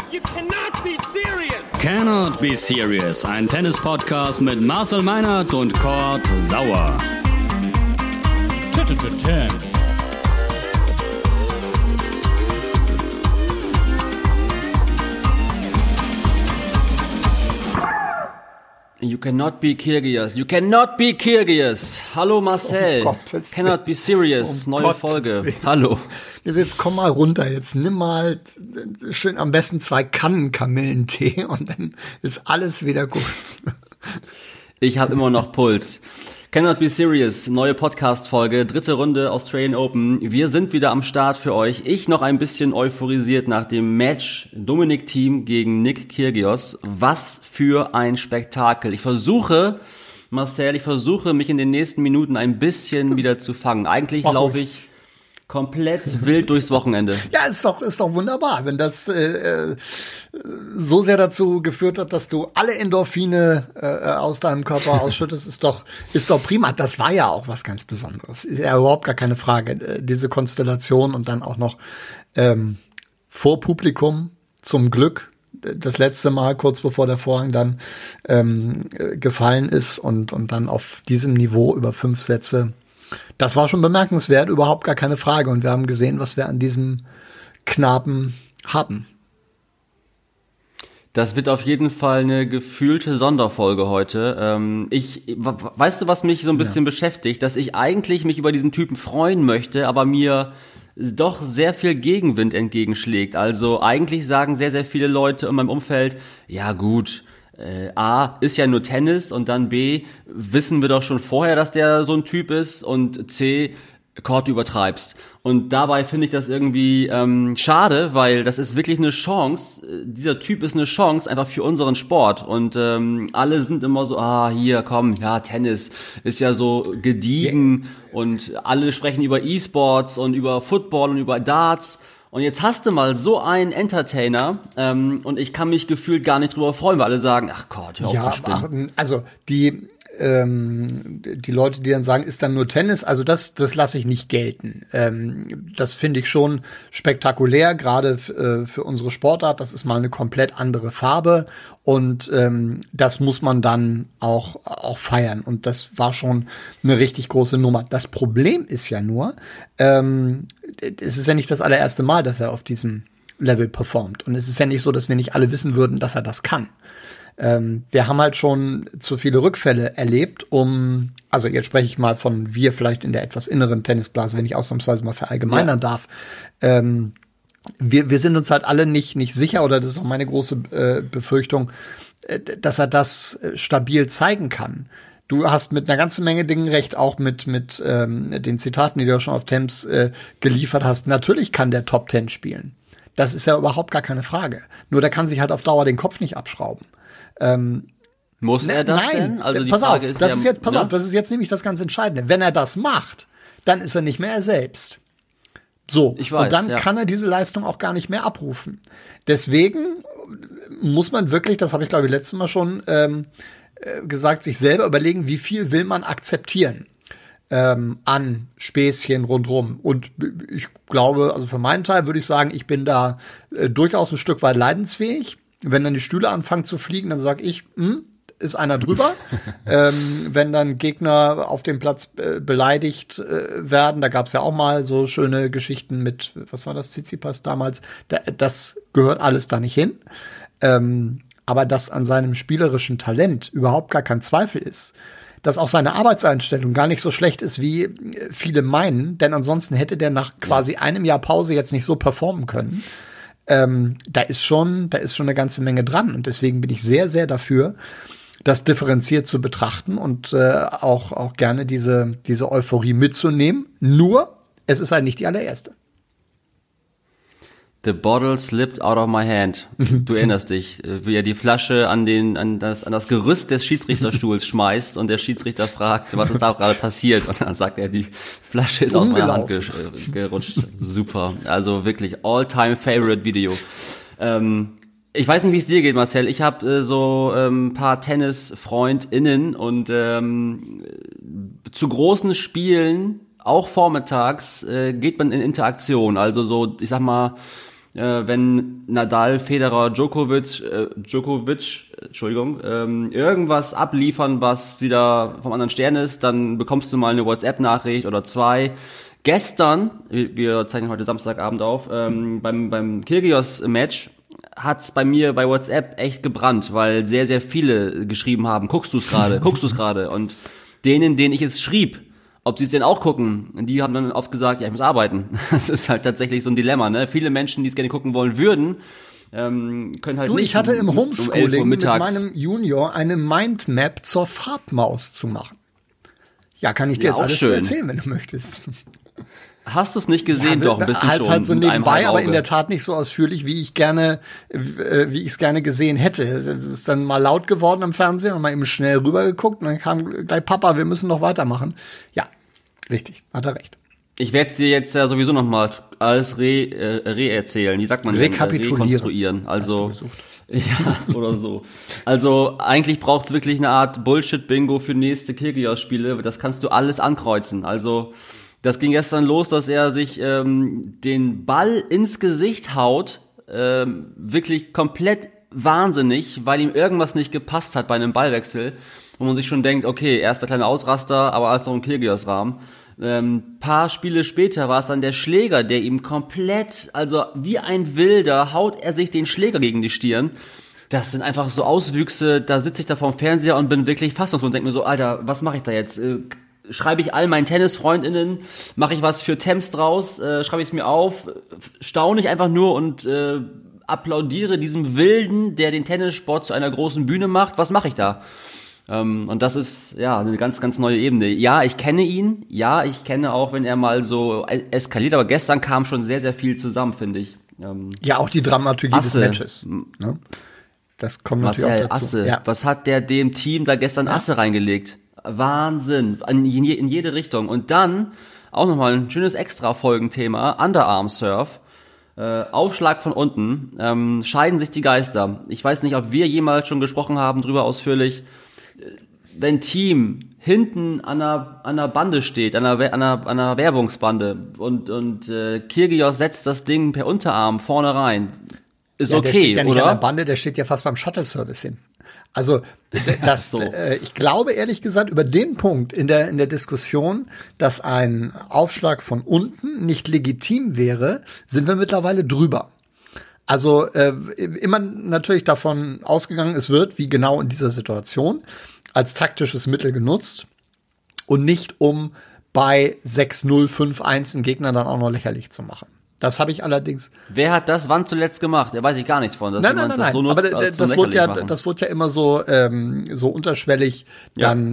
You cannot be serious! Cannot Be Serious, ein Tennis-Podcast mit Marcel Meinert und Kurt Sauer. You cannot be Kyrgios. You cannot be Kyrgios. Hallo Marcel. Cannot be serious. Neue Folge. Willen. Hallo. Jetzt komm mal runter. Jetzt nimm mal schön am besten 2 Kannen Kamillentee und dann ist alles wieder gut. Ich habe immer noch Puls. Cannot be serious. Neue Podcast-Folge. 3. Runde Australian Open. Wir sind wieder am Start für euch. Ich noch ein bisschen euphorisiert nach dem Match Dominic Thiem gegen Nick Kyrgios. Was für ein Spektakel. Marcel, ich versuche mich in den nächsten Minuten ein bisschen wieder zu fangen. Eigentlich laufe ich komplett wild durchs Wochenende. Ja, ist doch wunderbar, wenn das so sehr dazu geführt hat, dass du alle Endorphine aus deinem Körper ausschüttest, ist doch prima. Das war ja auch was ganz Besonderes. Ist ja überhaupt gar keine Frage. Diese Konstellation und dann auch noch vor Publikum, zum Glück, das letzte Mal, kurz bevor der Vorhang dann gefallen ist und dann auf diesem Niveau über 5 Sätze. Das war schon bemerkenswert, überhaupt gar keine Frage. Und wir haben gesehen, was wir an diesem Knaben haben. Das wird auf jeden Fall eine gefühlte Sonderfolge heute. Weißt du, was mich so ein bisschen beschäftigt? Dass ich eigentlich mich über diesen Typen freuen möchte, aber mir doch sehr viel Gegenwind entgegenschlägt. Also eigentlich sagen sehr, sehr viele Leute in meinem Umfeld, ja gut, A, ist ja nur Tennis und dann B, wissen wir doch schon vorher, dass der so ein Typ ist und C, Kurt, du übertreibst. Und dabei finde ich das irgendwie schade, weil das ist wirklich eine Chance, dieser Typ ist eine Chance einfach für unseren Sport und alle sind immer so, hier, komm, ja, Tennis ist ja so gediegen und alle sprechen über E-Sports und über Football und über Darts. Und jetzt hast du mal so einen Entertainer und ich kann mich gefühlt gar nicht drüber freuen, weil alle sagen, ach Gott, hör auf zu spinnen. Also die Leute, die dann sagen, ist dann nur Tennis, also das lasse ich nicht gelten. Das finde ich schon spektakulär, gerade für unsere Sportart. Das ist mal eine komplett andere Farbe und das muss man dann auch feiern. Und das war schon eine richtig große Nummer. Das Problem ist ja nur, es ist ja nicht das allererste Mal, dass er auf diesem Level performt. Und es ist ja nicht so, dass wir nicht alle wissen würden, dass er das kann. Wir haben halt schon zu viele Rückfälle erlebt, also jetzt spreche ich mal von wir vielleicht in der etwas inneren Tennisblase, wenn ich ausnahmsweise mal verallgemeinern darf. Wir sind uns halt alle nicht sicher, oder das ist auch meine große Befürchtung, dass er das stabil zeigen kann. Du hast mit einer ganzen Menge Dingen recht, auch mit den Zitaten, die du ja schon auf Temps geliefert hast. Natürlich kann der Top 10 spielen. Das ist ja überhaupt gar keine Frage. Nur der kann sich halt auf Dauer den Kopf nicht abschrauben. Muss er das denn? Also die pass Frage auf, ist das ist jetzt, pass auf, das ist jetzt nämlich das ganz Entscheidende. Wenn er das macht, dann ist er nicht mehr er selbst. So, ich weiß, und dann kann er diese Leistung auch gar nicht mehr abrufen. Deswegen muss man wirklich, das habe ich glaube ich letztes Mal schon gesagt, sich selber überlegen, wie viel will man akzeptieren an Späßchen rundrum. Und ich glaube, also für meinen Teil würde ich sagen, ich bin da durchaus ein Stück weit leidensfähig. Wenn dann die Stühle anfangen zu fliegen, dann sage ich, ist einer drüber. Wenn dann Gegner auf dem Platz beleidigt werden, da gab es ja auch mal so schöne Geschichten mit, was war das, Tsitsipas damals, das gehört alles da nicht hin. Aber dass an seinem spielerischen Talent überhaupt gar kein Zweifel ist, dass auch seine Arbeitseinstellung gar nicht so schlecht ist, wie viele meinen, denn ansonsten hätte der nach quasi einem Jahr Pause jetzt nicht so performen können. Da ist schon eine ganze Menge dran. Und deswegen bin ich sehr, sehr dafür, das differenziert zu betrachten und auch gerne diese Euphorie mitzunehmen. Nur, es ist halt nicht die allererste. The bottle slipped out of my hand. Du erinnerst dich, wie er die Flasche an das Gerüst des Schiedsrichterstuhls schmeißt und der Schiedsrichter fragt, was ist da gerade passiert? Und dann sagt er, die Flasche ist aus meiner Hand gerutscht. Super. Also wirklich all-time favorite Video. Ich weiß nicht, wie es dir geht, Marcel. Ich habe so ein paar Tennis-FreundInnen und zu großen Spielen, auch vormittags, geht man in Interaktion. Also so, ich sag mal, wenn Nadal, Federer, Djokovic, irgendwas abliefern, was wieder vom anderen Stern ist, dann bekommst du mal eine WhatsApp-Nachricht oder 2. Gestern, wir zeichnen heute Samstagabend auf, beim Kyrgios-Match hat's bei mir bei WhatsApp echt gebrannt, weil sehr, sehr viele geschrieben haben, guckst du's gerade? Und denen ich es schrieb, ob sie es denn auch gucken, die haben dann oft gesagt, ja, ich muss arbeiten. Das ist halt tatsächlich so ein Dilemma, ne? Viele Menschen, die es gerne gucken wollen würden, können halt nicht. Ich hatte im Homeschooling mit meinem Junior eine Mindmap zur Farbmaus zu machen. Ja, kann ich dir jetzt alles zu erzählen, wenn du möchtest. Hast du es nicht gesehen? Doch, ein bisschen schon. Halt so nebenbei, aber in der Tat nicht so ausführlich, wie ich es gerne gesehen hätte. Es ist dann mal laut geworden am Fernsehen und mal eben schnell rübergeguckt und dann kam gleich, Papa, wir müssen noch weitermachen. Ja, richtig, hat er recht. Ich werde es dir jetzt ja sowieso noch mal alles re-erzählen. Wie sagt man denn? Rekonstruieren. Also, ja, oder so. Also, eigentlich braucht es wirklich eine Art Bullshit-Bingo für nächste Kyrgios-Spiele. Das kannst du alles ankreuzen. Also, das ging gestern los, dass er sich den Ball ins Gesicht haut, wirklich komplett wahnsinnig, weil ihm irgendwas nicht gepasst hat bei einem Ballwechsel. Und man sich schon denkt, okay, erster kleiner Ausraster, aber alles noch im Kyrgios-Rahmen. Paar Spiele später war es dann der Schläger, der ihm komplett, also wie ein Wilder, haut er sich den Schläger gegen die Stirn. Das sind einfach so Auswüchse, da sitze ich da vorm Fernseher und bin wirklich fassungslos und denke mir so, Alter, was mache ich da jetzt? Schreibe ich all meinen TennisfreundInnen, mache ich was für Temps draus, schreibe ich es mir auf, staune ich einfach nur und applaudiere diesem Wilden, der den Tennissport zu einer großen Bühne macht. Was mache ich da? Und das ist ja eine ganz, ganz neue Ebene. Ja, ich kenne ihn. Ja, ich kenne auch, wenn er mal so eskaliert. Aber gestern kam schon sehr, sehr viel zusammen, finde ich. Ja, auch die Dramaturgie des Matches. Ne? Das kommt natürlich auch dazu. Asse. Ja. Was hat der dem Team da gestern Asse reingelegt? Wahnsinn. In jede Richtung. Und dann auch nochmal ein schönes Extra-Folgenthema. Underarm-Surf. Aufschlag von unten. Scheiden sich die Geister. Ich weiß nicht, ob wir jemals schon gesprochen haben, drüber ausführlich. Wenn Team hinten an einer Bande steht, an einer Werbungsbande und Kyrgios setzt das Ding per Unterarm vorne rein, ist okay, der steht ja nicht oder? An der Bande, der steht ja fast beim Shuttle-Service hin. Also das, so. Ich glaube ehrlich gesagt über den Punkt in der Diskussion, dass ein Aufschlag von unten nicht legitim wäre, sind wir mittlerweile drüber. Also immer natürlich davon ausgegangen, es wird, wie genau in dieser Situation, als taktisches Mittel genutzt und nicht um bei 6-0, 5-1 einen Gegner dann auch noch lächerlich zu machen. Das habe ich allerdings. Wer hat das wann zuletzt gemacht? Da weiß ich gar nichts von. Dass nein. Das so nutzt, aber das wurde ja immer so unterschwellig dann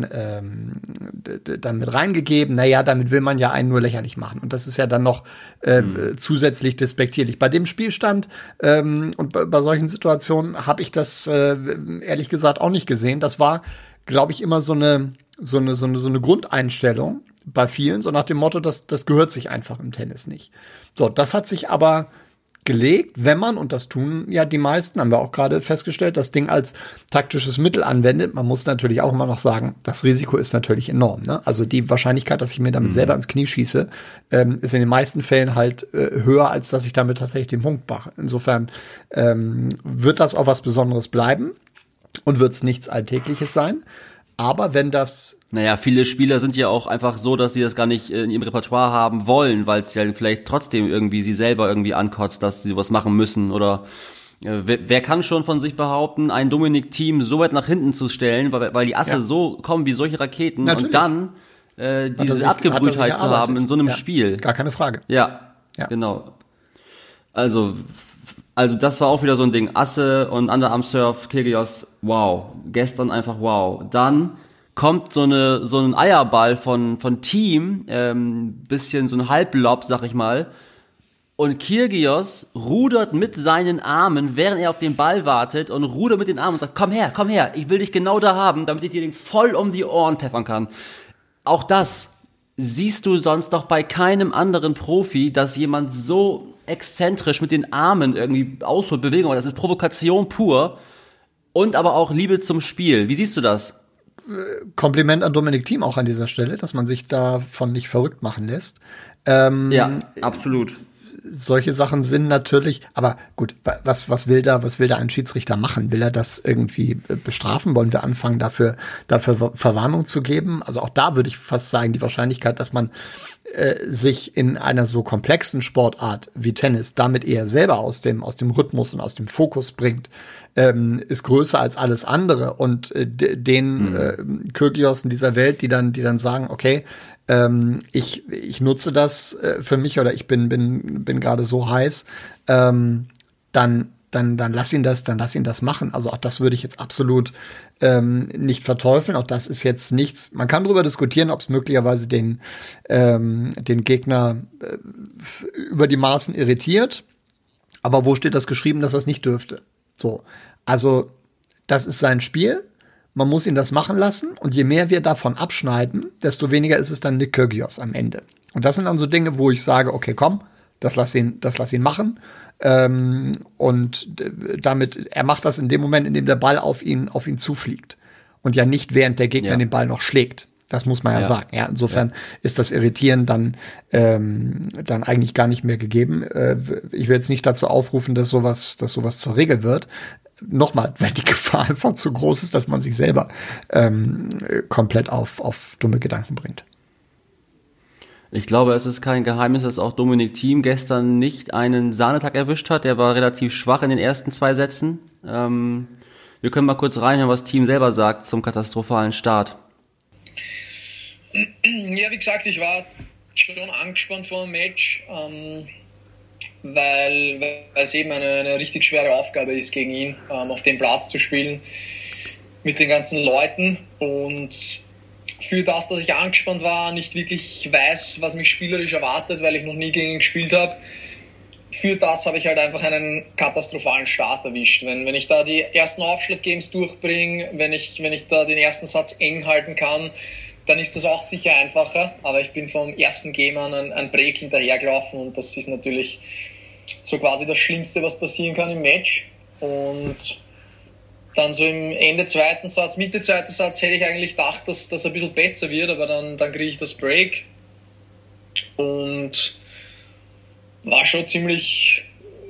mit reingegeben. Naja, damit will man ja einen nur lächerlich machen. Und das ist ja dann noch zusätzlich despektierlich. Bei dem Spielstand und bei solchen Situationen habe ich das ehrlich gesagt auch nicht gesehen. Das war, glaube ich, immer so eine Grundeinstellung bei vielen, so nach dem Motto, das gehört sich einfach im Tennis nicht. So, das hat sich aber gelegt, wenn man, und das tun ja die meisten, haben wir auch gerade festgestellt, das Ding als taktisches Mittel anwendet. Man muss natürlich auch immer noch sagen, das Risiko ist natürlich enorm. Ne? Also die Wahrscheinlichkeit, dass ich mir damit selber ins Knie schieße, ist in den meisten Fällen halt höher, als dass ich damit tatsächlich den Punkt mache. Insofern wird das auch was Besonderes bleiben und wird es nichts Alltägliches sein. Aber wenn das... Naja, viele Spieler sind ja auch einfach so, dass sie das gar nicht in ihrem Repertoire haben wollen, weil es ja vielleicht trotzdem irgendwie sie selber irgendwie ankotzt, dass sie sowas machen müssen. Oder wer kann schon von sich behaupten, ein Dominik-Team so weit nach hinten zu stellen, weil die Asse so kommen wie solche Raketen. Natürlich. Und dann diese Abgebrühtheit zu haben in so einem Spiel. Gar keine Frage. Ja, genau. Also das war auch wieder so ein Ding. Asse und Underarm-Surf, Kyrgios, wow. Gestern einfach wow. Dann kommt so ein Eierball von Team, bisschen so ein Halblob, sag ich mal. Und Kyrgios rudert mit seinen Armen, während er auf den Ball wartet, und rudert mit den Armen und sagt, komm her, ich will dich genau da haben, damit ich dir den voll um die Ohren pfeffern kann. Auch das siehst du sonst doch bei keinem anderen Profi, dass jemand so exzentrisch mit den Armen irgendwie ausholt, Bewegung, das ist Provokation pur und aber auch Liebe zum Spiel. Wie siehst du das? Kompliment an Dominik Thiem auch an dieser Stelle, dass man sich davon nicht verrückt machen lässt. Ja, absolut. solche Sachen sind natürlich, aber gut, was will da ein Schiedsrichter machen? Will er das irgendwie bestrafen? Wollen wir anfangen, dafür Verwarnung zu geben? Also auch da würde ich fast sagen, die Wahrscheinlichkeit, dass man sich in einer so komplexen Sportart wie Tennis damit eher selber aus dem Rhythmus und aus dem Fokus bringt, ist größer als alles andere. Und den Kyrgios dieser Welt, die dann sagen, okay, ich nutze das für mich oder ich bin gerade so heiß, dann lass ihn das machen. Also auch das würde ich jetzt absolut nicht verteufeln. Auch das ist jetzt nichts. Man kann darüber diskutieren, ob es möglicherweise den Gegner über die Maßen irritiert. Aber wo steht das geschrieben, dass er es nicht dürfte? So, also das ist sein Spiel. Man muss ihn das machen lassen. Und je mehr wir davon abschneiden, desto weniger ist es dann Nick Kyrgios am Ende. Und das sind dann so Dinge, wo ich sage, okay, komm, das lass ihn machen. Und damit, er macht das in dem Moment, in dem der Ball auf ihn zufliegt. Und ja nicht, während der Gegner den Ball noch schlägt. Das muss man ja sagen. Ja, insofern ist das Irritieren dann eigentlich gar nicht mehr gegeben. Ich will jetzt nicht dazu aufrufen, dass sowas zur Regel wird. Nochmal, wenn die Gefahr einfach zu groß ist, dass man sich selber komplett auf dumme Gedanken bringt. Ich glaube, es ist kein Geheimnis, dass auch Dominic Thiem gestern nicht einen Sahnetag erwischt hat. Er war relativ schwach in den ersten 2 Sätzen. Wir können mal kurz reinhören, was Thiem selber sagt zum katastrophalen Start. Ja, wie gesagt, ich war schon angespannt vor dem Match, weil es eben eine richtig schwere Aufgabe ist, gegen ihn auf dem Platz zu spielen mit den ganzen Leuten, und für das, dass ich angespannt war, nicht wirklich weiß, was mich spielerisch erwartet, weil ich noch nie gegen ihn gespielt habe. Für das habe ich halt einfach einen katastrophalen Start erwischt. Wenn ich da die ersten Aufschlag-Games durchbringe, wenn ich da den ersten Satz eng halten kann, dann ist das auch sicher einfacher. Aber ich bin vom ersten Game an ein Break hinterhergelaufen, und das ist natürlich so quasi das Schlimmste, was passieren kann im Match. Und dann so im Mitte zweiten Satz hätte ich eigentlich gedacht, dass das ein bisschen besser wird, aber dann kriege ich das Break und war schon ziemlich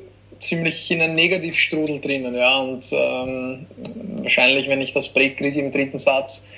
in einem Negativstrudel drinnen, ja, und wahrscheinlich, wenn ich das Break kriege im dritten Satz,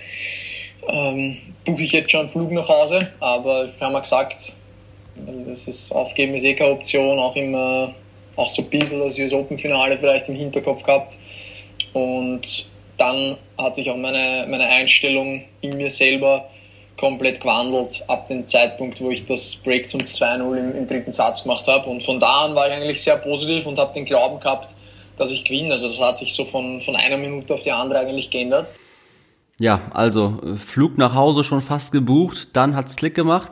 buche ich jetzt schon einen Flug nach Hause, aber ich habe mir gesagt, Aufgeben ist keine Option, auch so ein bisschen das US Open Finale vielleicht im Hinterkopf gehabt. Und dann hat sich auch meine Einstellung in mir selber komplett gewandelt ab dem Zeitpunkt, wo ich das Break zum 2-0 im dritten Satz gemacht habe. Und von da an war ich eigentlich sehr positiv und habe den Glauben gehabt, dass ich gewinne. Also das hat sich so von einer Minute auf die andere eigentlich geändert. Ja, also Flug nach Hause schon fast gebucht, dann hat's Klick gemacht.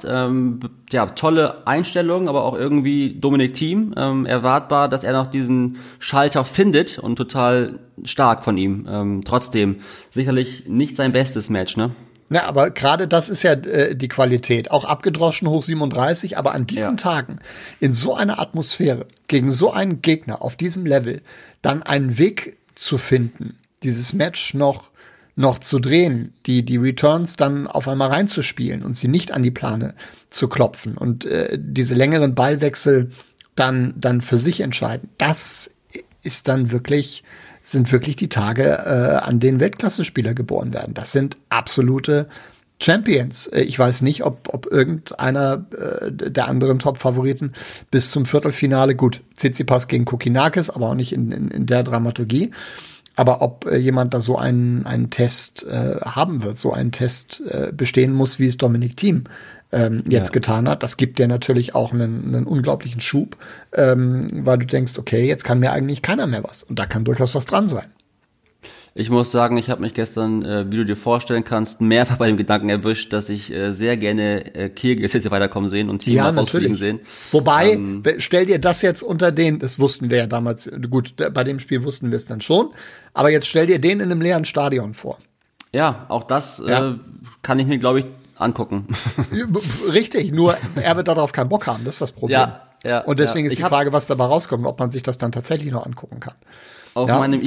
Tolle Einstellung, aber auch irgendwie Dominic Thiem. Erwartbar, dass er noch diesen Schalter findet, und total stark von ihm. Trotzdem sicherlich nicht sein bestes Match, ne? Ja, aber gerade das ist ja die Qualität. Auch abgedroschen hoch 37, aber an diesen Tagen, in so einer Atmosphäre, gegen so einen Gegner auf diesem Level, dann einen Weg zu finden, dieses Match noch zu drehen, die Returns dann auf einmal reinzuspielen und sie nicht an die Plane zu klopfen und diese längeren Ballwechsel dann für sich entscheiden. Das ist dann sind wirklich die Tage, an denen Weltklasse-Spieler geboren werden. Das sind absolute Champions. Ich weiß nicht, ob irgendeiner der anderen Top-Favoriten bis zum Viertelfinale, gut, Tsitsipas gegen Kokkinakis, aber auch nicht in der Dramaturgie. Aber ob jemand da so einen Test haben wird, so einen Test bestehen muss, wie es Dominic Thiem jetzt getan hat, das gibt dir natürlich auch einen unglaublichen Schub, weil du denkst, okay, jetzt kann mir eigentlich keiner mehr was. Und da kann durchaus was dran sein. Ich muss sagen, ich habe mich gestern, wie du dir vorstellen kannst, mehrfach bei dem Gedanken erwischt, dass ich sehr gerne Kyrgios jetzt weiterkommen sehen und Thiem rausfliegen sehen. Wobei, stell dir das jetzt das wussten wir ja damals, gut, bei dem Spiel wussten wir es dann schon, aber jetzt stell dir den in einem leeren Stadion vor. Ja, auch das kann ich mir, glaube ich, angucken. Richtig, nur er wird darauf keinen Bock haben, das ist das Problem. Ja, und deswegen ist die Frage, was dabei rauskommt, ob man sich das dann tatsächlich noch angucken kann. Auf meinem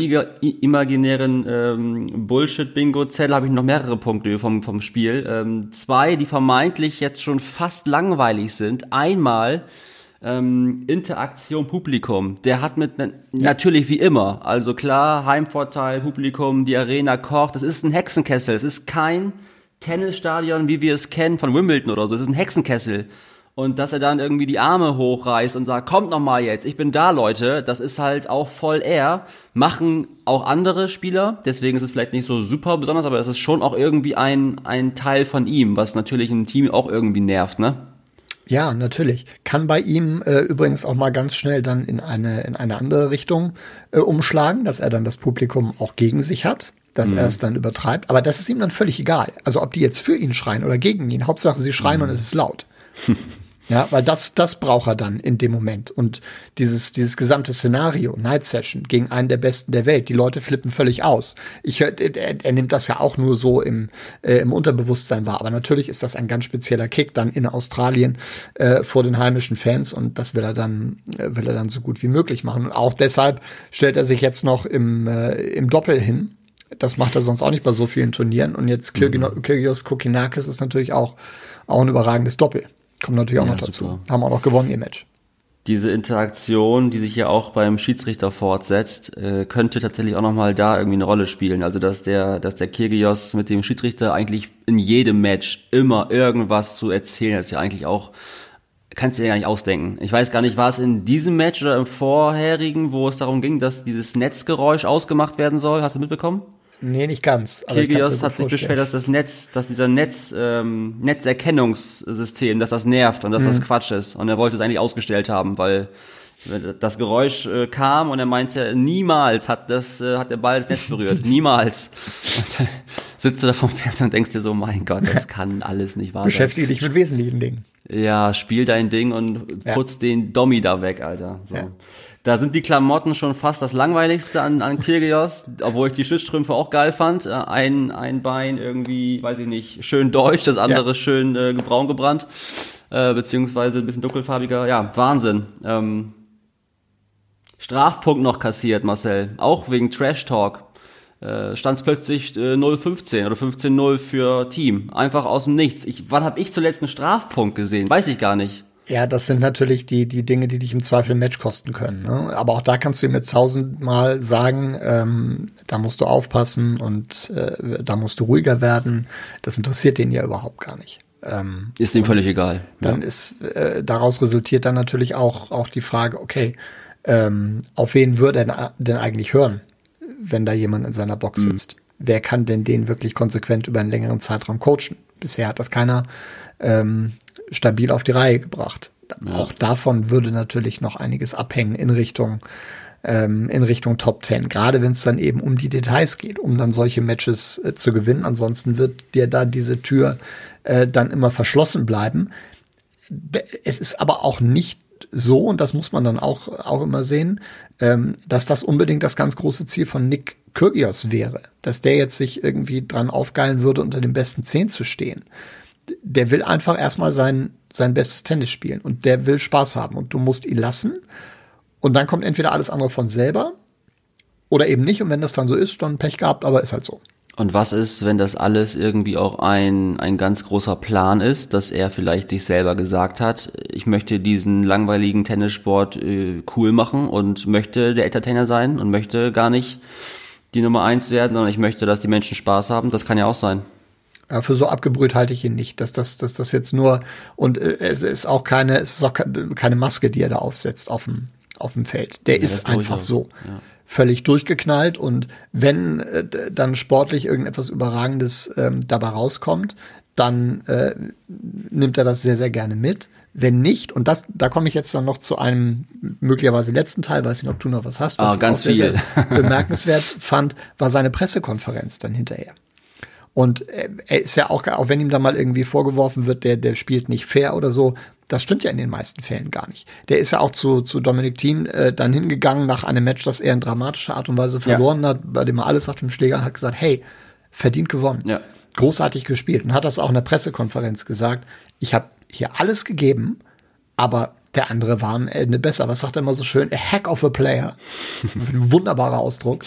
imaginären Bullshit-Bingo-Zettel habe ich noch mehrere Punkte vom Spiel. 2, die vermeintlich jetzt schon fast langweilig sind. Einmal Interaktion Publikum, der hat natürlich wie immer, also klar, Heimvorteil, Publikum, die Arena kocht, das ist ein Hexenkessel, es ist kein Tennisstadion, wie wir es kennen von Wimbledon oder so, es ist ein Hexenkessel. Und dass er dann irgendwie die Arme hochreißt und sagt, kommt noch mal jetzt, ich bin da, Leute, das ist halt auch voll er. Machen auch andere Spieler, deswegen ist es vielleicht nicht so super besonders, aber es ist schon auch irgendwie ein Teil von ihm, was natürlich ein Team auch irgendwie nervt, ne? Ja, natürlich. Kann bei ihm übrigens auch mal ganz schnell dann in eine andere Richtung umschlagen, dass er dann das Publikum auch gegen sich hat, dass er es dann übertreibt. Aber das ist ihm dann völlig egal. Also ob die jetzt für ihn schreien oder gegen ihn, Hauptsache sie schreien und es ist laut. Ja, weil das braucht er dann in dem Moment. Und dieses gesamte Szenario, Night Session gegen einen der Besten der Welt, die Leute flippen völlig aus. Er nimmt das ja auch nur so im Unterbewusstsein wahr. Aber natürlich ist das ein ganz spezieller Kick dann in Australien vor den heimischen Fans. Und das will er dann so gut wie möglich machen. Und auch deshalb stellt er sich jetzt noch im Doppel hin. Das macht er sonst auch nicht bei so vielen Turnieren. Und jetzt Kyrgios Kokkinakis ist natürlich auch ein überragendes Doppel. Kommt natürlich auch noch dazu. Super. Haben auch noch gewonnen, ihr Match. Diese Interaktion, die sich ja auch beim Schiedsrichter fortsetzt, könnte tatsächlich auch nochmal da irgendwie eine Rolle spielen. Also, dass der Kyrgios mit dem Schiedsrichter eigentlich in jedem Match immer irgendwas zu erzählen hat, ist ja eigentlich auch, kannst du dir ja gar nicht ausdenken. Ich weiß gar nicht, war es in diesem Match oder im vorherigen, wo es darum ging, dass dieses Netzgeräusch ausgemacht werden soll? Hast du mitbekommen? Nee, nicht ganz. Kyrgios hat sich beschwert, dass dieser Netzerkennungssystem, dass das nervt und dass das Quatsch ist. Und er wollte es eigentlich ausgestellt haben, weil das Geräusch kam und er meinte, niemals hat der Ball das Netz berührt. Niemals. Und dann sitzt du da vom Fernseher und denkst dir so, mein Gott, das kann alles nicht wahr sein. Beschäftige dich mit wesentlichen Dingen. Ja, spiel dein Ding und putz den Dommi da weg, Alter. So. Ja. Da sind die Klamotten schon fast das Langweiligste an Kyrgios, obwohl ich die Schützstrümpfe auch geil fand. Ein Bein irgendwie, weiß ich nicht, schön deutsch, das andere schön braun gebrannt, beziehungsweise ein bisschen dunkelfarbiger. Ja, Wahnsinn. Strafpunkt noch kassiert, Marcel, auch wegen Trash Talk. Stand es plötzlich 0-15 oder 15-0 für Team. Einfach aus dem Nichts. Wann habe ich zuletzt einen Strafpunkt gesehen? Weiß ich gar nicht. Ja, das sind natürlich die Dinge, die dich im Zweifel ein Match kosten können. Ne? Aber auch da kannst du ihm jetzt 1000-mal sagen, da musst du aufpassen und da musst du ruhiger werden. Das interessiert den ja überhaupt gar nicht. Ist ihm völlig egal. Dann ist daraus resultiert dann natürlich auch die Frage, okay, auf wen würde er denn eigentlich hören, wenn da jemand in seiner Box sitzt? Wer kann denn den wirklich konsequent über einen längeren Zeitraum coachen? Bisher hat das keiner stabil auf die Reihe gebracht. Ja. Auch davon würde natürlich noch einiges abhängen in Richtung Top 10. Gerade wenn es dann eben um die Details geht, um dann solche Matches zu gewinnen. Ansonsten wird dir da diese Tür dann immer verschlossen bleiben. Es ist aber auch nicht so, und das muss man dann auch immer sehen, dass das unbedingt das ganz große Ziel von Nick Kyrgios wäre. Dass der jetzt sich irgendwie dran aufgeilen würde, unter den besten 10 zu stehen. Der will einfach erstmal sein bestes Tennis spielen und der will Spaß haben und du musst ihn lassen und dann kommt entweder alles andere von selber oder eben nicht und wenn das dann so ist, dann Pech gehabt, aber ist halt so. Und was ist, wenn das alles irgendwie auch ein ganz großer Plan ist, dass er vielleicht sich selber gesagt hat, ich möchte diesen langweiligen Tennissport cool machen und möchte der Entertainer sein und möchte gar nicht die Nummer 1 werden, sondern ich möchte, dass die Menschen Spaß haben. Das kann ja auch sein. Ja, für so abgebrüht halte ich ihn nicht, dass das jetzt nur, und es ist auch keine Maske, die er da aufsetzt auf dem Feld. Der ist einfach so. Ja. Völlig durchgeknallt und wenn dann sportlich irgendetwas Überragendes dabei rauskommt, dann nimmt er das sehr, sehr gerne mit. Wenn nicht, und da komme ich jetzt dann noch zu einem möglicherweise letzten Teil, weiß nicht, ob du noch was hast, was ganz ich auch sehr, sehr bemerkenswert fand, war seine Pressekonferenz dann hinterher. Und er ist ja auch wenn ihm da mal irgendwie vorgeworfen wird, der spielt nicht fair oder so, das stimmt ja in den meisten Fällen gar nicht. Der ist ja auch zu Dominic Thiem dann hingegangen nach einem Match, das er in dramatischer Art und Weise verloren hat, bei dem er alles auf dem Schläger hat gesagt, hey, verdient gewonnen. Ja. Großartig gespielt. Und hat das auch in der Pressekonferenz gesagt, ich habe hier alles gegeben, aber der andere war am Ende besser. Was sagt er immer so schön? A heck of a player. Ein wunderbarer Ausdruck.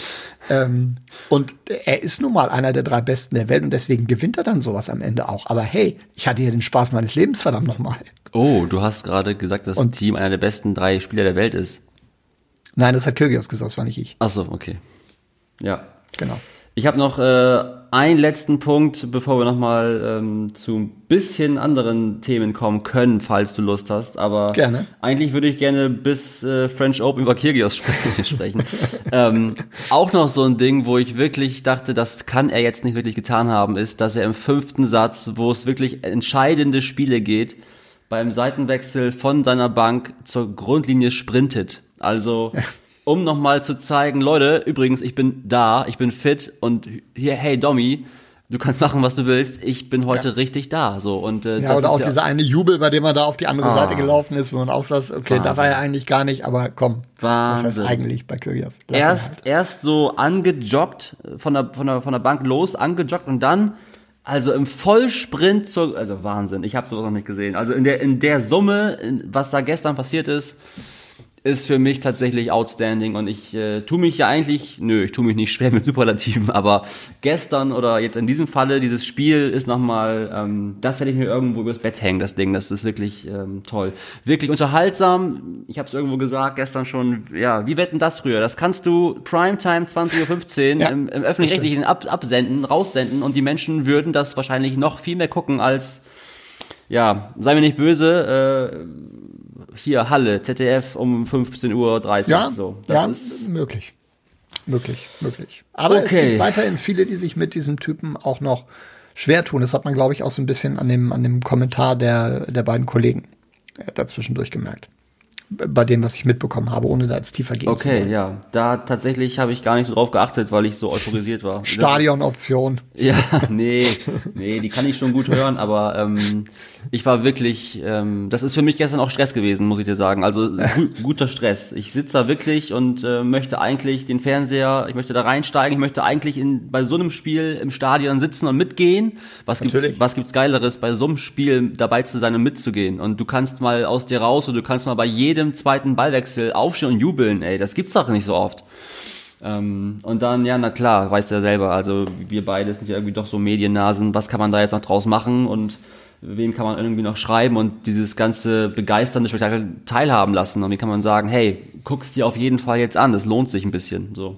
Und er ist nun mal einer der 3 Besten der Welt und deswegen gewinnt er dann sowas am Ende auch. Aber hey, ich hatte hier den Spaß meines Lebens, verdammt nochmal. Oh, du hast gerade gesagt, dass das Team einer der besten 3 Spieler der Welt ist. Nein, das hat Kyrgios gesagt, das war nicht ich. Ach so, okay. Ja. Genau. Ich habe noch einen letzten Punkt, bevor wir nochmal zu ein bisschen anderen Themen kommen können, falls du Lust hast. Aber gerne. Eigentlich würde ich gerne bis French Open über Kyrgios sprechen. Auch noch so ein Ding, wo ich wirklich dachte, das kann er jetzt nicht wirklich getan haben, ist, dass er im 5. Satz, wo es wirklich entscheidende Spiele geht, beim Seitenwechsel von seiner Bank zur Grundlinie sprintet. Also... Ja. Um nochmal zu zeigen, Leute, übrigens, ich bin da, ich bin fit und hier, hey Domi, du kannst machen, was du willst, ich bin heute richtig da. So, und, das oder ist auch dieser eine Jubel, bei dem er da auf die andere Seite gelaufen ist, wo man auch sagt, okay, Wahnsinn. Da war er eigentlich gar nicht, aber komm, Wahnsinn. Was heißt eigentlich bei Kyrgios? Erst so angejoggt, von der Bank los, angejoggt und dann, also im Vollsprint also Wahnsinn, ich habe sowas noch nicht gesehen. Also in der Summe, was da gestern passiert ist für mich tatsächlich outstanding und ich tue mich nicht schwer mit Superlativen, aber gestern oder jetzt in diesem Falle, dieses Spiel ist nochmal, das werde ich mir irgendwo übers Bett hängen, das Ding, das ist wirklich toll. Wirklich unterhaltsam, ich habe es irgendwo gesagt, gestern schon, ja, wie wetten das früher? Das kannst du Primetime 20.15 Uhr im Öffentlich-Rechtlichen raussenden und die Menschen würden das wahrscheinlich noch viel mehr gucken als, ja, sei mir nicht böse, hier Halle, ZDF um 15.30 Uhr. Ja, so. Das ist möglich. Aber es gibt weiterhin viele, die sich mit diesem Typen auch noch schwer tun. Das hat man, glaube ich, auch so ein bisschen an dem Kommentar der beiden Kollegen dazwischendurch gemerkt. Bei dem, was ich mitbekommen habe, ohne da jetzt tiefer gehen zu wollen. Okay, ja. Da tatsächlich habe ich gar nicht so drauf geachtet, weil ich so euphorisiert war. Stadionoption. Ja, nee, die kann ich schon gut hören, aber ich war wirklich, das ist für mich gestern auch Stress gewesen, muss ich dir sagen. Also guter Stress. Ich sitze da wirklich und möchte eigentlich den Fernseher, ich möchte da reinsteigen, ich möchte eigentlich bei so einem Spiel im Stadion sitzen und mitgehen. Was gibt's Geileres, bei so einem Spiel dabei zu sein und mitzugehen? Und du kannst mal aus dir raus und du kannst mal bei jedem zweiten Ballwechsel aufstehen und jubeln, ey, das gibt's doch nicht so oft. Und dann, ja, na klar, weißt du ja selber, also wir beide sind ja irgendwie doch so Mediennasen, was kann man da jetzt noch draus machen und wen kann man irgendwie noch schreiben und dieses ganze begeisternde Spektakel teilhaben lassen und wie kann man sagen, hey, guck's dir auf jeden Fall jetzt an, das lohnt sich ein bisschen, so.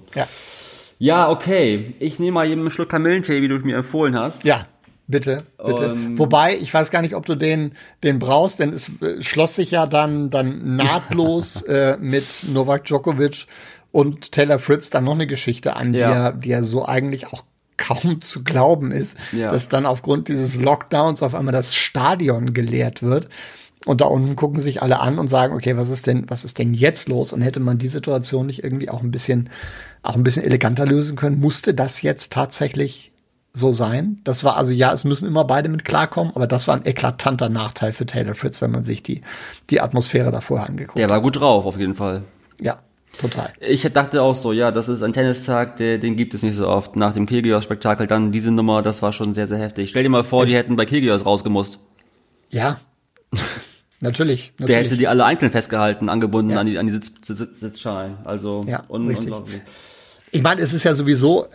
Ja, okay, ich nehme mal eben einen Schluck Kamillentee, wie du mir empfohlen hast. Ja. Bitte. Wobei, ich weiß gar nicht, ob du den brauchst, denn es schloss sich ja dann nahtlos mit Novak Djokovic und Taylor Fritz dann noch eine Geschichte an, die ja so eigentlich auch kaum zu glauben ist, dass dann aufgrund dieses Lockdowns auf einmal das Stadion geleert wird. Und da unten gucken sich alle an und sagen, okay, was ist denn jetzt los? Und hätte man die Situation nicht irgendwie auch ein bisschen eleganter lösen können, musste das jetzt tatsächlich so sein. Das war also, ja, es müssen immer beide mit klarkommen, aber das war ein eklatanter Nachteil für Taylor Fritz, wenn man sich die Atmosphäre da vorher angeguckt hat. Der war gut drauf, auf jeden Fall. Ja, total. Ich dachte auch so, ja, das ist ein Tennistag, den gibt es nicht so oft. Nach dem Kyrgios-Spektakel dann diese Nummer, das war schon sehr, sehr heftig. Stell dir mal vor, die hätten bei Kyrgios rausgemusst. Ja, natürlich. Der hätte die alle einzeln festgehalten, angebunden an die Sitzschalen. Also, unglaublich. Ich meine, es ist ja sowieso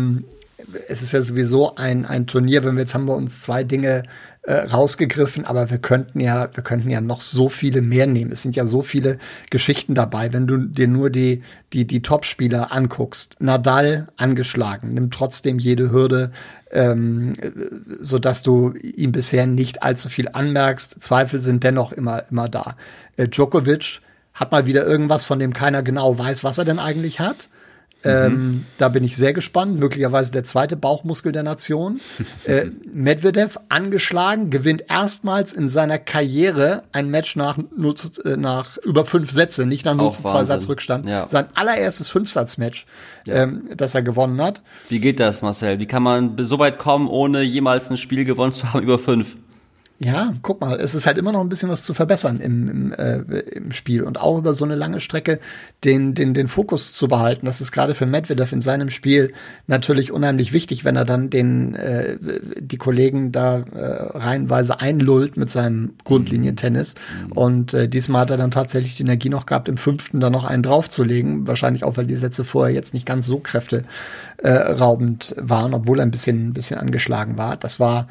ein Turnier, jetzt haben wir uns 2 Dinge rausgegriffen, aber wir könnten ja noch so viele mehr nehmen. Es sind ja so viele Geschichten dabei, wenn du dir nur die Topspieler anguckst. Nadal angeschlagen, nimmt trotzdem jede Hürde, sodass du ihm bisher nicht allzu viel anmerkst. Zweifel sind dennoch immer da. Djokovic hat mal wieder irgendwas, von dem keiner genau weiß, was er denn eigentlich hat. Da bin ich sehr gespannt. Möglicherweise der zweite Bauchmuskel der Nation. Medvedev angeschlagen, gewinnt erstmals in seiner Karriere ein Match nach über 5 Sätze, nicht nach 0:2 Satz Rückstand. Ja. Sein allererstes 5-Satz-Match, das er gewonnen hat. Wie geht das, Marcel? Wie kann man so weit kommen, ohne jemals ein Spiel gewonnen zu haben über 5? Ja, guck mal, es ist halt immer noch ein bisschen was zu verbessern im Spiel und auch über so eine lange Strecke den Fokus zu behalten. Das ist gerade für Medvedev in seinem Spiel natürlich unheimlich wichtig, wenn er dann die Kollegen da reihenweise einlullt mit seinem Grundlinientennis. Und diesmal hat er dann tatsächlich die Energie noch gehabt, im 5. dann noch einen draufzulegen. Wahrscheinlich auch, weil die Sätze vorher jetzt nicht ganz so kräfteraubend waren, obwohl er ein bisschen angeschlagen war. Das war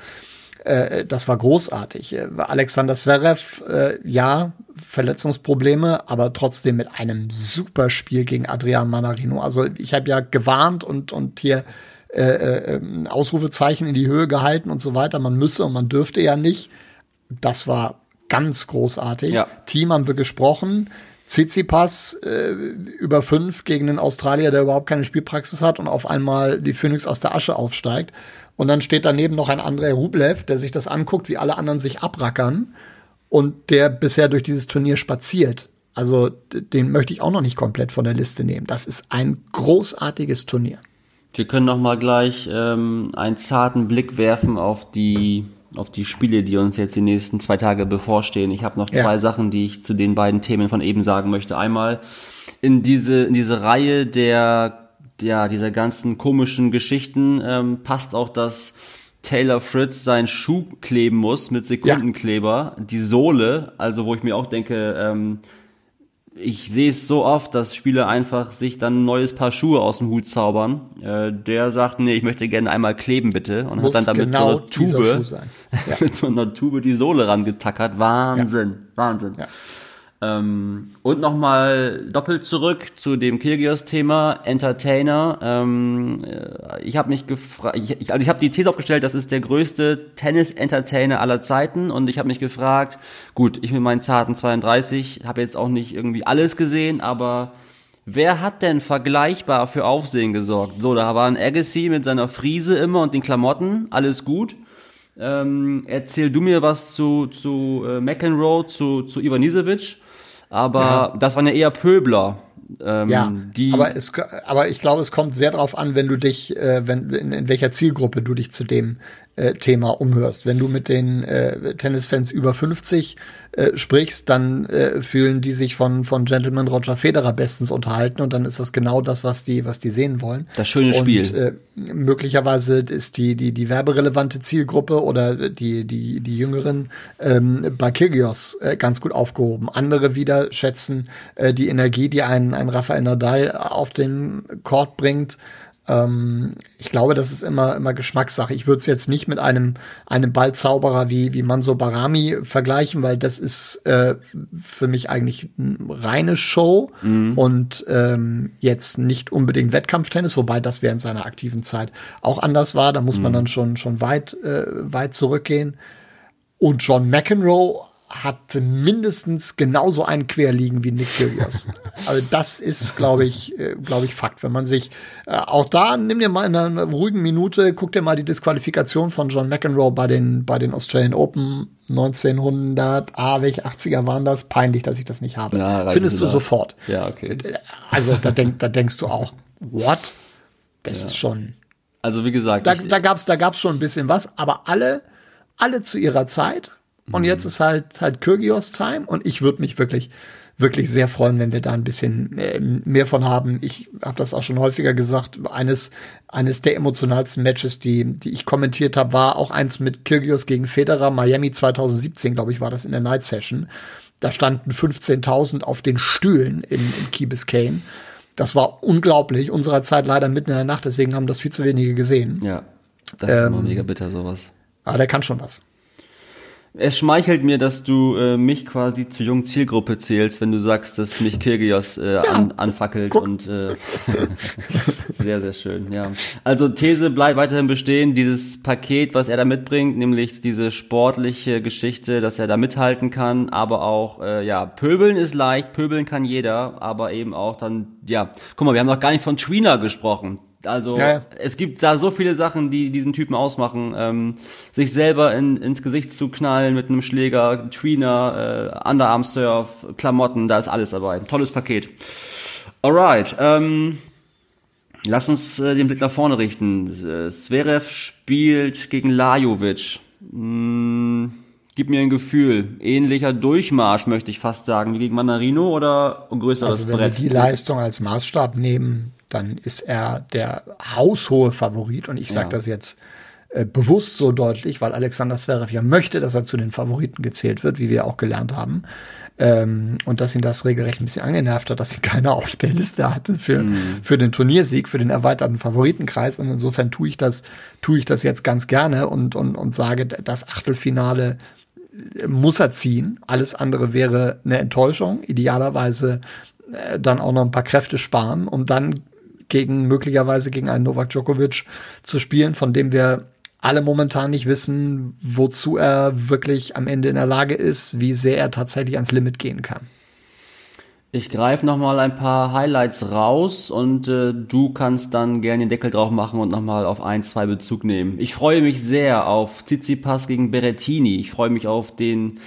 großartig. Alexander Zverev, ja, Verletzungsprobleme, aber trotzdem mit einem super Spiel gegen Adrian Mannarino. Also ich habe ja gewarnt und hier Ausrufezeichen in die Höhe gehalten und so weiter. Man müsse und man dürfte ja nicht. Das war ganz großartig. Ja. Team haben wir gesprochen. Tsitsipas über 5 gegen einen Australier, der überhaupt keine Spielpraxis hat und auf einmal die Phönix aus der Asche aufsteigt. Und dann steht daneben noch ein Andrei Rublev, der sich das anguckt, wie alle anderen sich abrackern und der bisher durch dieses Turnier spaziert. Also den möchte ich auch noch nicht komplett von der Liste nehmen. Das ist ein großartiges Turnier. Wir können noch mal gleich einen zarten Blick werfen auf die Spiele, die uns jetzt die nächsten 2 Tage bevorstehen. Ich habe noch 2 Sachen, die ich zu den beiden Themen von eben sagen möchte. Einmal in diese Reihe dieser ganzen komischen Geschichten passt auch, dass Taylor Fritz seinen Schuh kleben muss mit Sekundenkleber, die Sohle, also wo ich mir auch denke, ich sehe es so oft, dass Spieler einfach sich dann ein neues Paar Schuhe aus dem Hut zaubern. Der sagt, nee, ich möchte gerne einmal kleben, bitte. Und hat dann damit genau mit so einer Tube die Sohle rangetackert. Wahnsinn. Ja. Und nochmal doppelt zurück zu dem Kyrgios-Thema, Entertainer. Ich habe mich gefragt, ich habe die These aufgestellt, das ist der größte Tennis-Entertainer aller Zeiten und ich habe mich gefragt, gut, ich mit meinen zarten 32 habe jetzt auch nicht irgendwie alles gesehen, aber wer hat denn vergleichbar für Aufsehen gesorgt? So, da war ein Agassi mit seiner Frise immer und den Klamotten, alles gut. Erzähl du mir was zu McEnroe, zu Ivanisevic. Aber das waren ja eher Pöbler. Aber ich glaube, es kommt sehr darauf an, wenn du dich, in welcher Zielgruppe du dich zu dem Thema umhörst. Wenn du mit den Tennisfans über 50 sprichst, dann fühlen die sich von Gentleman Roger Federer bestens unterhalten und dann ist das genau das, was die sehen wollen. Das schöne Spiel. Möglicherweise ist die werberelevante Zielgruppe oder die Jüngeren bei Kyrgios ganz gut aufgehoben. Andere wieder schätzen die Energie, die ein Rafael Nadal auf den Court bringt. Ich glaube, das ist immer Geschmackssache. Ich würde es jetzt nicht mit einem Ballzauberer wie Mansour Bahrami vergleichen, weil das ist für mich eigentlich eine reine Show und jetzt nicht unbedingt Wettkampftennis, wobei das während seiner aktiven Zeit auch anders war. Da muss man dann schon weit zurückgehen. Und John McEnroe hat mindestens genauso einen Querliegen wie Nick Kyrgios. Also das ist, glaube ich, Fakt. Wenn man sich auch da, nimm dir mal in einer ruhigen Minute, guck dir mal die Disqualifikation von John McEnroe bei den Australian Open 1900, welche 80er waren das? Peinlich, dass ich das nicht habe. Ja, findest du sofort. Ja, okay. Also da denkst du auch, what? Das ist schon. Also wie gesagt, da gab's schon ein bisschen was, aber alle zu ihrer Zeit. Und jetzt ist halt Kyrgios Time und ich würde mich wirklich, wirklich sehr freuen, wenn wir da ein bisschen mehr von haben. Ich habe das auch schon häufiger gesagt, eines der emotionalsten Matches, die ich kommentiert habe, war auch eins mit Kyrgios gegen Federer, Miami 2017, glaube ich, war das in der Night Session. Da standen 15.000 auf den Stühlen in Key Biscayne. Das war unglaublich, unserer Zeit leider mitten in der Nacht, deswegen haben das viel zu wenige gesehen. Ja, das ist immer mega bitter, sowas. Aber der kann schon was. Es schmeichelt mir, dass du mich quasi zur jungen Zielgruppe zählst, wenn du sagst, dass mich Kyrgios anfackelt. Guck. Und sehr, sehr schön, ja. Also These bleibt weiterhin bestehen, dieses Paket, was er da mitbringt, nämlich diese sportliche Geschichte, dass er da mithalten kann, aber auch, pöbeln ist leicht, pöbeln kann jeder, aber eben auch dann, guck mal, wir haben noch gar nicht von Trina gesprochen. Also es gibt da so viele Sachen, die diesen Typen ausmachen. Sich selber ins Gesicht zu knallen mit einem Schläger, Trina, Underarm-Surf, Klamotten, da ist alles dabei. Ein tolles Paket. Alright, lass uns den Blick nach vorne richten. Zverev spielt gegen Lajovic. Gib mir ein Gefühl. Ähnlicher Durchmarsch, möchte ich fast sagen, wie gegen Manarino oder ein größeres also wenn Brett? wir die Leistung als Maßstab nehmen, dann ist er der haushohe Favorit. Und ich sage das jetzt bewusst so deutlich, weil Alexander Zverev ja möchte, dass er zu den Favoriten gezählt wird, wie wir auch gelernt haben. Und dass ihn das regelrecht ein bisschen angenervt hat, dass ihn keiner auf der Liste hatte für den Turniersieg, für den erweiterten Favoritenkreis. Und insofern tue ich das jetzt ganz gerne und sage, das Achtelfinale muss er ziehen. Alles andere wäre eine Enttäuschung. Idealerweise dann auch noch ein paar Kräfte sparen, um dann möglicherweise gegen einen Novak Djokovic zu spielen, von dem wir alle momentan nicht wissen, wozu er wirklich am Ende in der Lage ist, wie sehr er tatsächlich ans Limit gehen kann. Ich greife nochmal ein paar Highlights raus und du kannst dann gerne den Deckel drauf machen und nochmal auf 1, 2 Bezug nehmen. Ich freue mich sehr auf Tsitsipas gegen Berrettini. Ich freue mich auf den,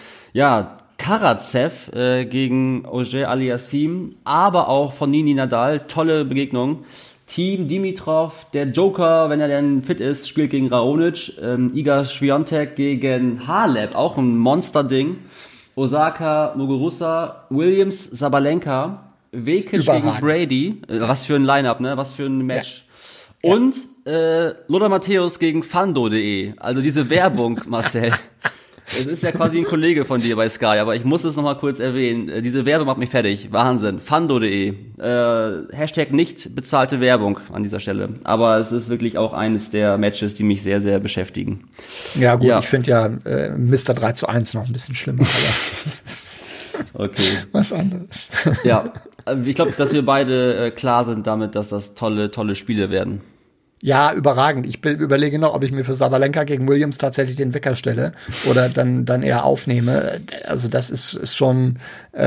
Karatsev gegen Auger Aliassime, aber auch von Nini Nadal. Tolle Begegnung. Team Dimitrov, der Joker, wenn er denn fit ist, spielt gegen Raonic. Iga Swiatek gegen Halep, auch ein Monster-Ding. Osaka, Muguruza, Williams, Sabalenka, Vekic gegen Brady. Was für ein Line-Up, ne? Was für ein Match. Ja. Und Lothar Matthäus gegen Fando.de. Also diese Werbung, Marcel. Es ist ja quasi ein Kollege von dir bei Sky, aber ich muss es nochmal kurz erwähnen. Diese Werbung macht mich fertig. Wahnsinn. Fando.de. Hashtag nicht bezahlte Werbung an dieser Stelle. Aber es ist wirklich auch eines der Matches, die mich sehr, sehr beschäftigen. Ja gut, ich finde ja Mr. 3:1 noch ein bisschen schlimmer, aber das ist was anderes. Ja, ich glaube, dass wir beide klar sind damit, dass das tolle, tolle Spiele werden. Ja, überragend. Ich überlege noch, ob ich mir für Sabalenka gegen Williams tatsächlich den Wecker stelle oder dann eher aufnehme. Also das ist schon,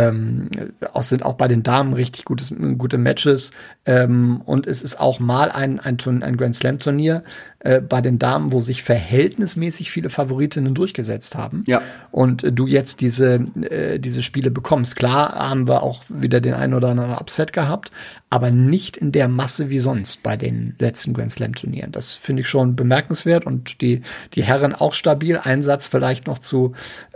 sind auch bei den Damen richtig gute Matches. Und es ist auch mal ein Grand Slam Turnier bei den Damen, wo sich verhältnismäßig viele Favoritinnen durchgesetzt haben. Ja. Und du jetzt diese Spiele bekommst. Klar haben wir auch wieder den einen oder anderen Upset gehabt, aber nicht in der Masse wie sonst bei den letzten Grand Slam Turnieren. Das finde ich schon bemerkenswert und die Herren auch stabil. Ein Satz vielleicht noch zu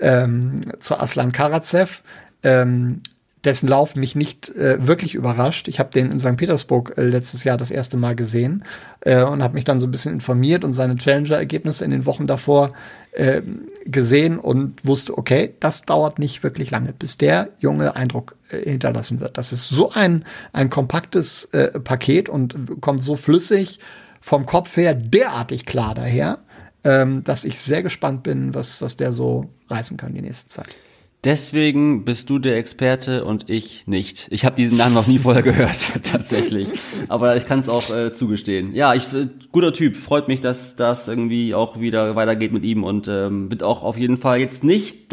Aslan Karatsev, dessen Lauf mich nicht wirklich überrascht. Ich habe den in St. Petersburg letztes Jahr das erste Mal gesehen und habe mich dann so ein bisschen informiert und seine Challenger-Ergebnisse in den Wochen davor gesehen und wusste, okay, das dauert nicht wirklich lange, bis der Junge Eindruck hinterlassen wird. Das ist so ein kompaktes Paket und kommt so flüssig vom Kopf her derartig klar daher, dass ich sehr gespannt bin, was der so reißen kann die nächste Zeit. Deswegen bist du der Experte und ich nicht. Ich habe diesen Namen noch nie vorher gehört, tatsächlich. Aber ich kann es auch zugestehen. Ja, guter Typ. Freut mich, dass das irgendwie auch wieder weitergeht mit ihm und wird auch auf jeden Fall jetzt nicht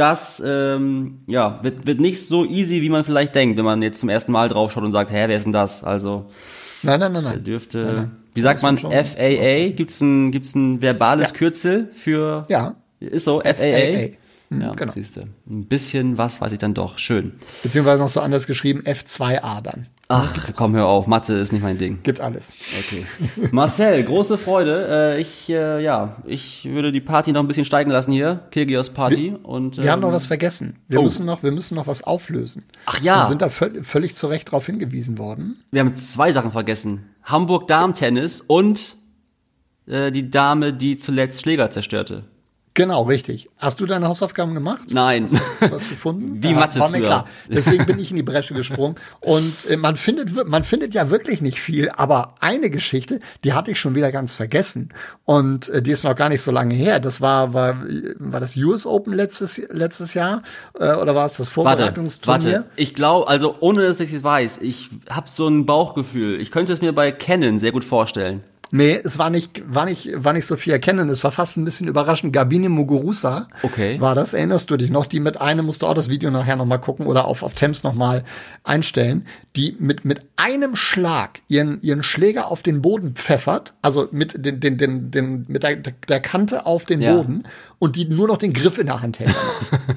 wird nicht so easy, wie man vielleicht denkt, wenn man jetzt zum ersten Mal draufschaut und sagt, wer ist denn das? Also Nein. Der dürfte. Nein. Wie sagt man? FAA? Gibt's ein verbales Kürzel für? Ja. Ist so. FAA. Ja, genau. Siehst du. Ein bisschen was weiß ich dann doch. Schön. Beziehungsweise noch so anders geschrieben, F2A dann. Ach, komm, hör auf. Mathe ist nicht mein Ding. Gibt alles. Okay. Marcel, große Freude. Ich würde die Party noch ein bisschen steigen lassen hier. Kyrgios Party. Wir haben noch was vergessen. Wir müssen noch was auflösen. Ach ja. Wir sind da völlig zu Recht darauf hingewiesen worden. Wir haben 2 Sachen vergessen. Hamburg Damen-Tennis und die Dame, die zuletzt Schläger zerstörte. Genau, richtig. Hast du deine Hausaufgaben gemacht? Nein. Hast du was gefunden? Wie Mathe war mir früher. Klar. Deswegen bin ich in die Bresche gesprungen. Und man findet ja wirklich nicht viel, aber eine Geschichte, die hatte ich schon wieder ganz vergessen. Und die ist noch gar nicht so lange her. Das war das US Open letztes Jahr? Oder war es das Vorbereitungsturnier? Warte. Ich glaube, also ohne dass ich es weiß, ich habe so ein Bauchgefühl. Ich könnte es mir bei Canon sehr gut vorstellen. Nee, es war nicht so viel erkennen. Es war fast ein bisschen überraschend. Gabine Muguruza war das, erinnerst du dich noch? Die mit einem, musst du auch das Video nachher nochmal gucken oder auf Thames nochmal einstellen, die mit einem Schlag ihren Schläger auf den Boden pfeffert, also mit der Kante auf den Boden und die nur noch den Griff in der Hand hält.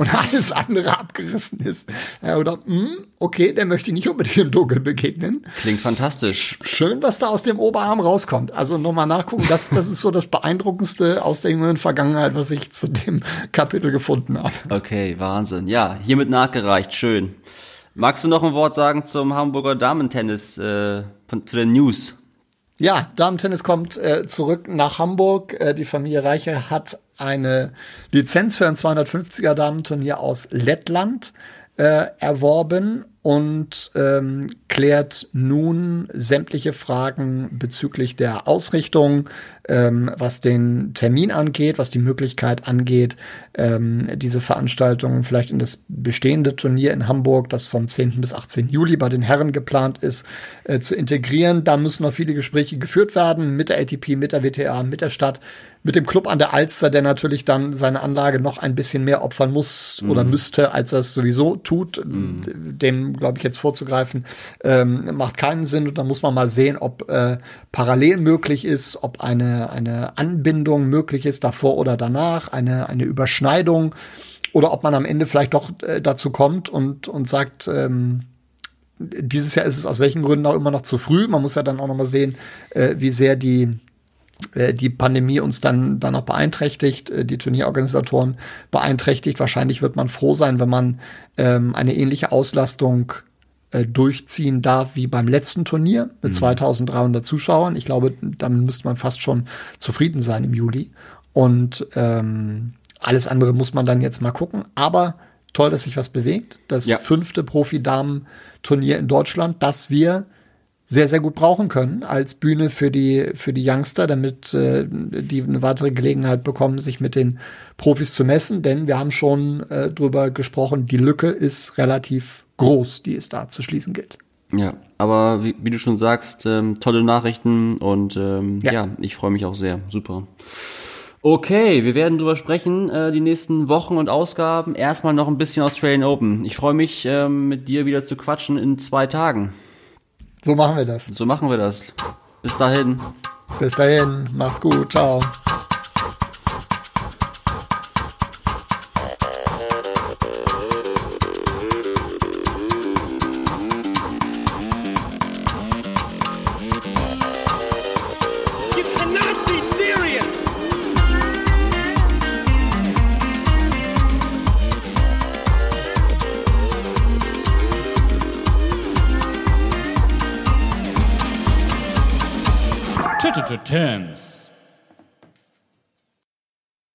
und alles andere abgerissen ist. Ja, oder, okay, der möchte nicht unbedingt im Dunkeln begegnen. Klingt fantastisch. Schön, was da aus dem Oberarm rauskommt. Also nochmal nachgucken, das ist so das Beeindruckendste aus der jüngeren Vergangenheit, was ich zu dem Kapitel gefunden habe. Okay, Wahnsinn. Ja, hiermit nachgereicht, schön. Magst du noch ein Wort sagen zum Hamburger Damentennis, zu den News? Ja, Damentennis kommt zurück nach Hamburg. Die Familie Reiche hat eine Lizenz für ein 250er Damenturnier aus Lettland erworben und klärt nun sämtliche Fragen bezüglich der Ausrichtung, was den Termin angeht, was die Möglichkeit angeht, diese Veranstaltung vielleicht in das bestehende Turnier in Hamburg, das vom 10. bis 18. Juli bei den Herren geplant ist, zu integrieren. Da müssen noch viele Gespräche geführt werden mit der ATP, mit der WTA, mit der Stadt, mit dem Club an der Alster, der natürlich dann seine Anlage noch ein bisschen mehr opfern muss oder müsste, als er es sowieso tut. Dem, glaube ich, jetzt vorzugreifen, macht keinen Sinn. Und da muss man mal sehen, ob parallel möglich ist, ob eine Anbindung möglich ist, davor oder danach, eine Überschneidung, oder ob man am Ende vielleicht doch dazu kommt und sagt, dieses Jahr ist es aus welchen Gründen auch immer noch zu früh. Man muss ja dann auch noch mal sehen, wie sehr die Pandemie uns dann auch beeinträchtigt, die Turnierorganisatoren beeinträchtigt. Wahrscheinlich wird man froh sein, wenn man eine ähnliche Auslastung durchziehen darf wie beim letzten Turnier mit 2300 Zuschauern. Ich glaube, damit müsste man fast schon zufrieden sein im Juli. Und alles andere muss man dann jetzt mal gucken. Aber toll, dass sich was bewegt. Das 5. Profi-Damen-Turnier in Deutschland, das wir sehr, sehr gut brauchen können als Bühne für die Youngster, damit die eine weitere Gelegenheit bekommen, sich mit den Profis zu messen. Denn wir haben schon drüber gesprochen, die Lücke ist relativ groß, die es da zu schließen gilt. Ja, aber wie du schon sagst, tolle Nachrichten und ich freue mich auch sehr. Super. Okay, wir werden drüber sprechen, die nächsten Wochen und Ausgaben. Erstmal noch ein bisschen Australian Open. Ich freue mich, mit dir wieder zu quatschen in 2 Tagen. So machen wir das. Bis dahin. Bis dahin. Macht's gut. Ciao. You cannot be serious! Thames.